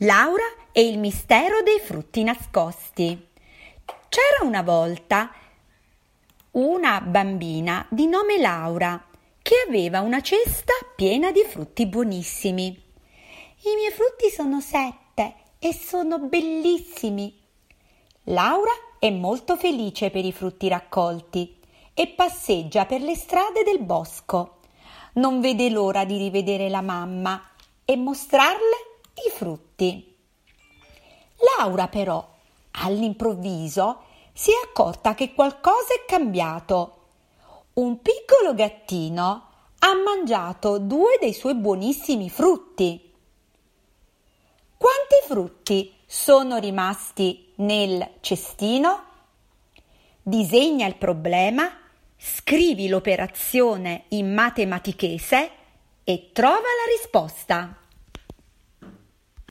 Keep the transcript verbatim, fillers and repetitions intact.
Laura e il mistero dei frutti nascosti. C'era una volta una bambina di nome Laura che aveva una cesta piena di frutti buonissimi. I miei frutti sono sette e sono bellissimi. Laura è molto felice per i frutti raccolti e passeggia per le strade del bosco. Non vede l'ora di rivedere la mamma e mostrarle i frutti. Laura però, all'improvviso, si è accorta che qualcosa è cambiato. Un piccolo gattino ha mangiato due dei suoi buonissimi frutti. Quanti frutti sono rimasti nel cestino? Disegna il problema, scrivi l'operazione in matematichese e trova la risposta.